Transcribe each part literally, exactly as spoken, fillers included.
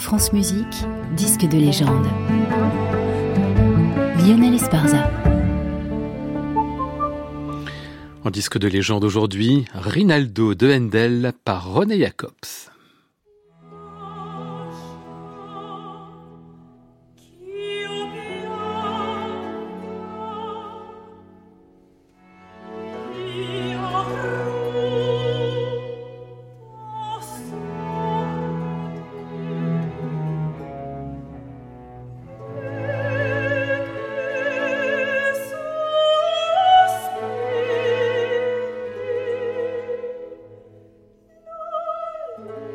France Musique, disque de légende. Lionel Esparza. En disque de légende aujourd'hui, Rinaldo de Handel par René Jacobs. Thank you.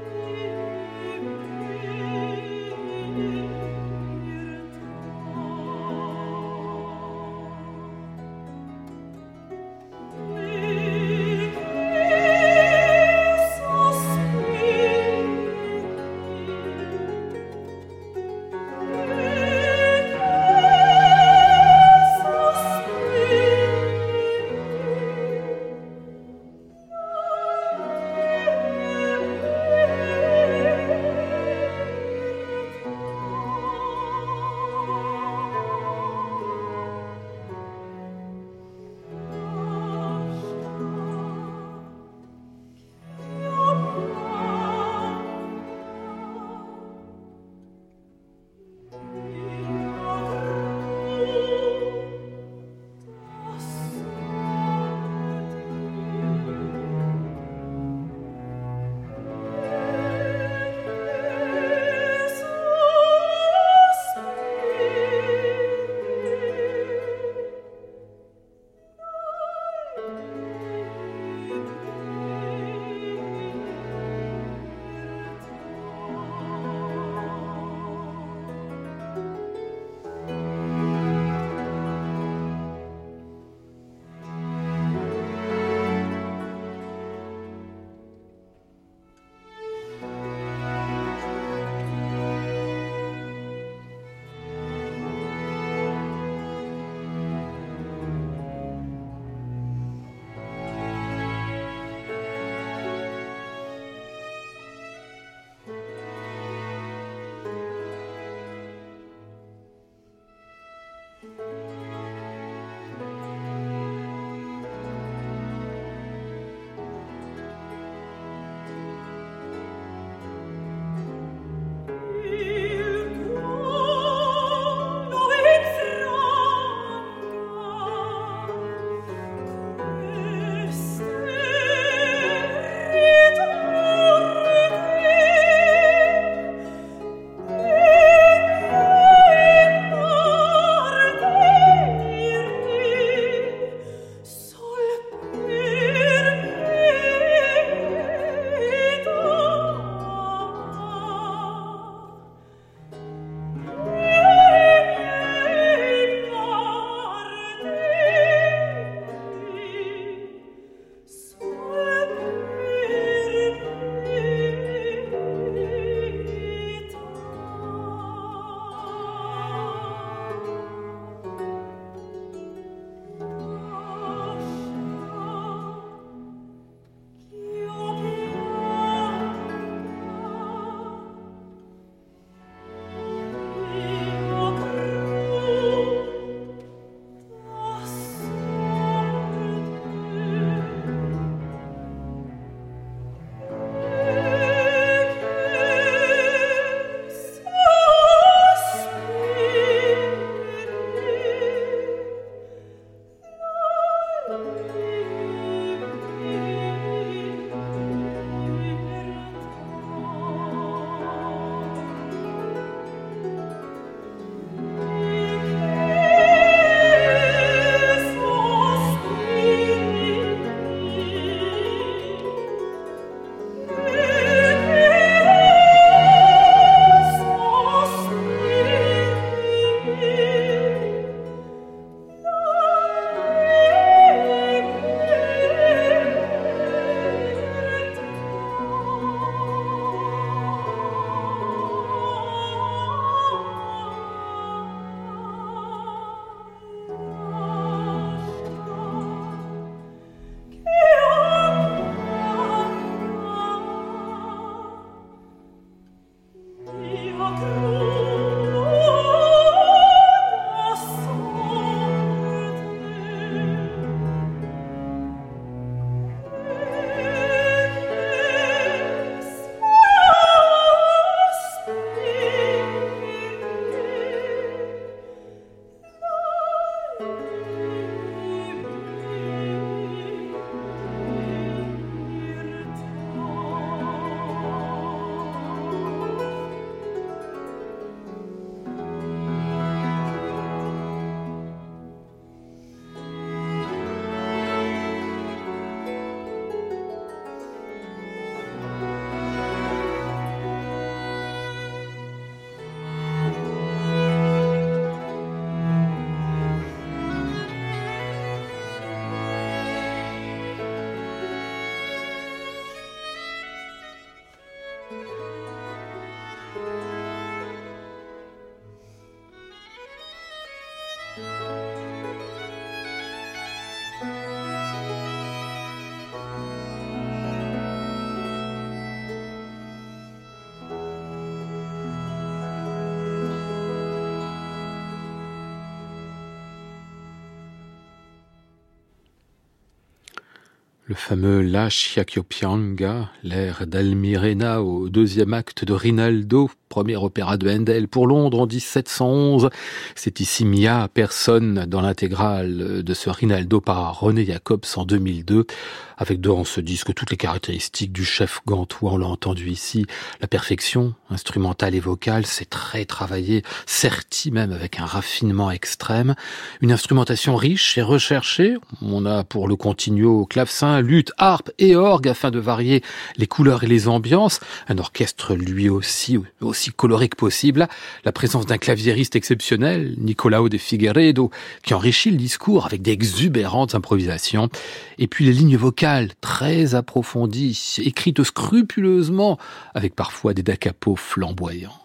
Le fameux La Sciacquiopianga, l'air d'Almirena au deuxième acte de Rinaldo, premier opéra de Handel pour Londres en dix-sept cent onze. C'est ici Mia, personne dans l'intégrale de ce Rinaldo par René Jacobs en deux mille deux, avec dans ce disque toutes les caractéristiques du chef gantois, on l'a entendu ici. La perfection instrumentale et vocale, c'est très travaillé, serti même avec un raffinement extrême. Une instrumentation riche et recherchée, on a pour le continuo clavecin, luth, harpe et orgue afin de varier les couleurs et les ambiances. Un orchestre lui aussi, aussi coloré que possible. La présence d'un claviériste exceptionnel, Nicolao de Figueiredo, qui enrichit le discours avec d'exubérantes improvisations. Et puis les lignes vocales très approfondies, écrites scrupuleusement, avec parfois des da capo flamboyants.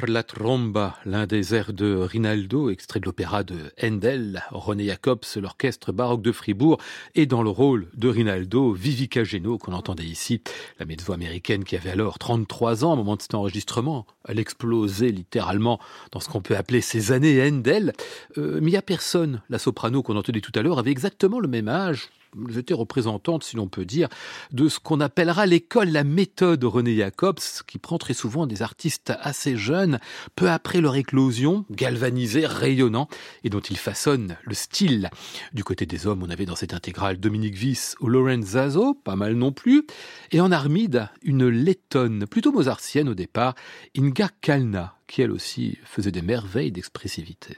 Per la tromba, l'un des airs de Rinaldo, extrait de l'opéra de Handel. René Jacobs, l'orchestre baroque de Fribourg, et dans le rôle de Rinaldo, Vivica Geno, qu'on entendait ici, la mezzo américaine qui avait alors trente-trois ans au moment de cet enregistrement. Elle explosait littéralement dans ce qu'on peut appeler ces années Handel. Euh, Mia Persson, la soprano qu'on entendait tout à l'heure, avait exactement le même âge. Elles étaient représentantes, si l'on peut dire, de ce qu'on appellera l'école, la méthode René Jacobs, qui prend très souvent des artistes assez jeunes, peu après leur éclosion, galvanisés, rayonnants, et dont il façonne le style. Du côté des hommes, on avait dans cette intégrale Dominique Wyss ou Lorenz Zaso, pas mal non plus, et en Armide, une lettonne, plutôt mozartienne au départ, Inga Kalna, qui elle aussi faisait des merveilles d'expressivité.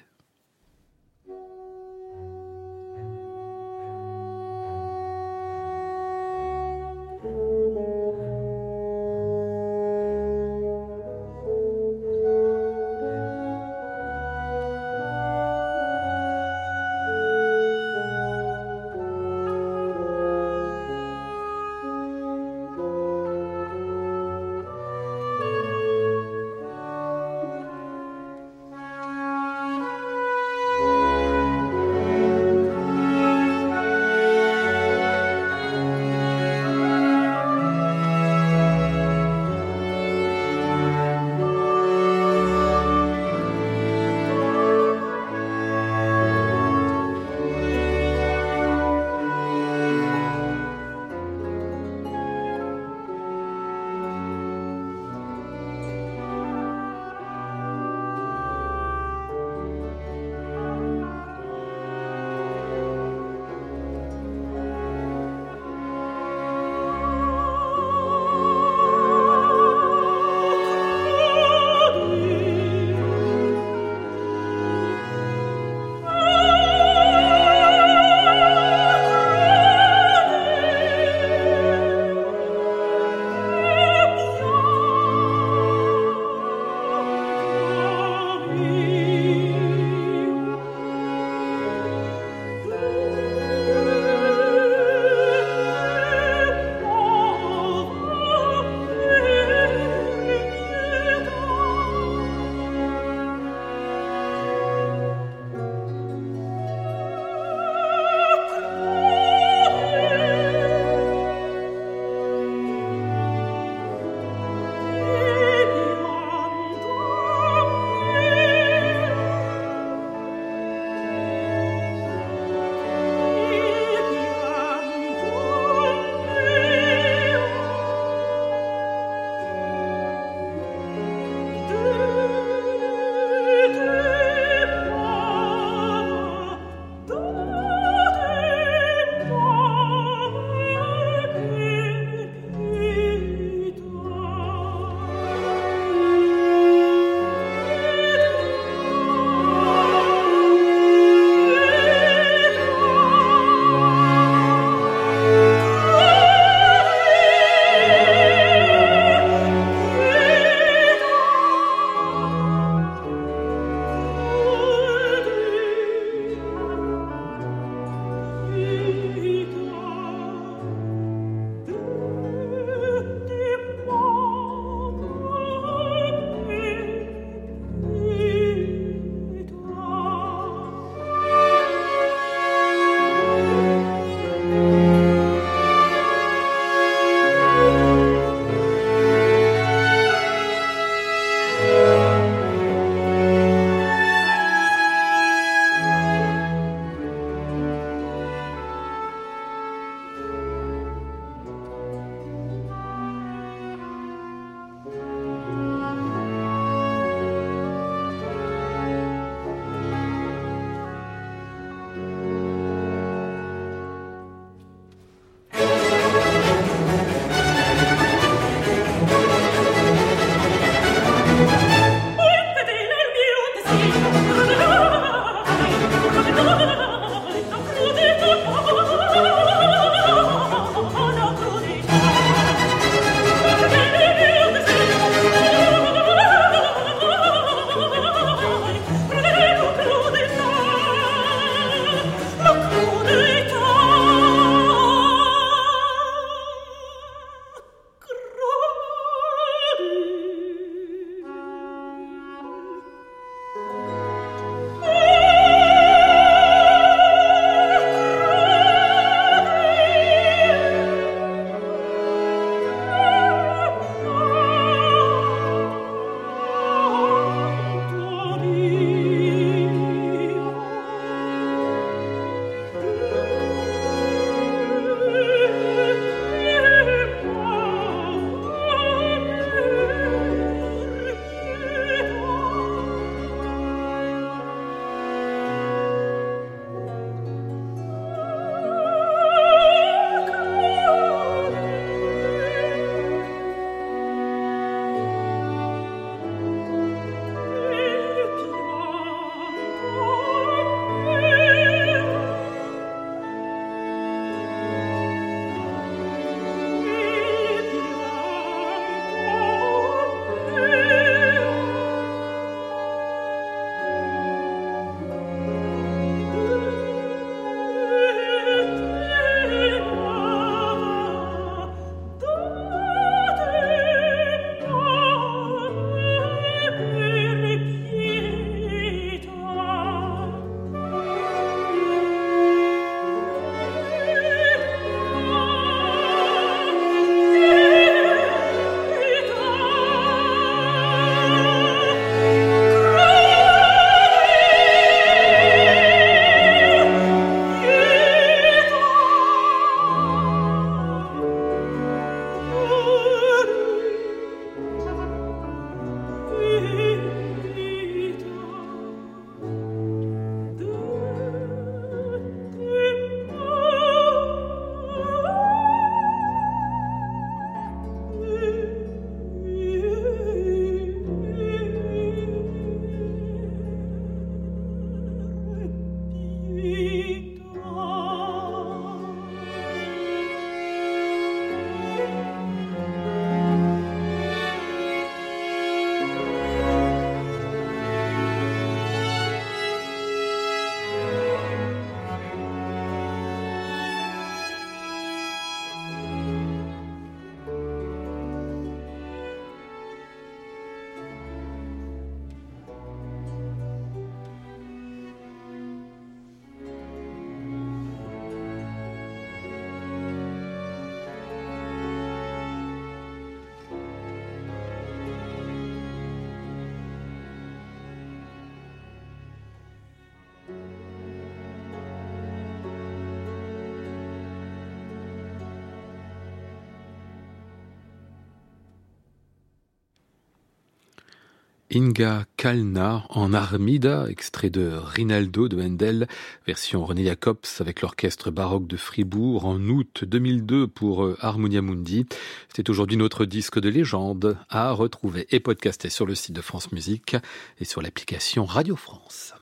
Inga Kalna en Armida, extrait de Rinaldo de Handel, version René Jacobs avec l'orchestre baroque de Fribourg en août deux mille deux pour Harmonia Mundi. C'est aujourd'hui notre disque de légende à retrouver et podcaster sur le site de France Musique et sur l'application Radio France.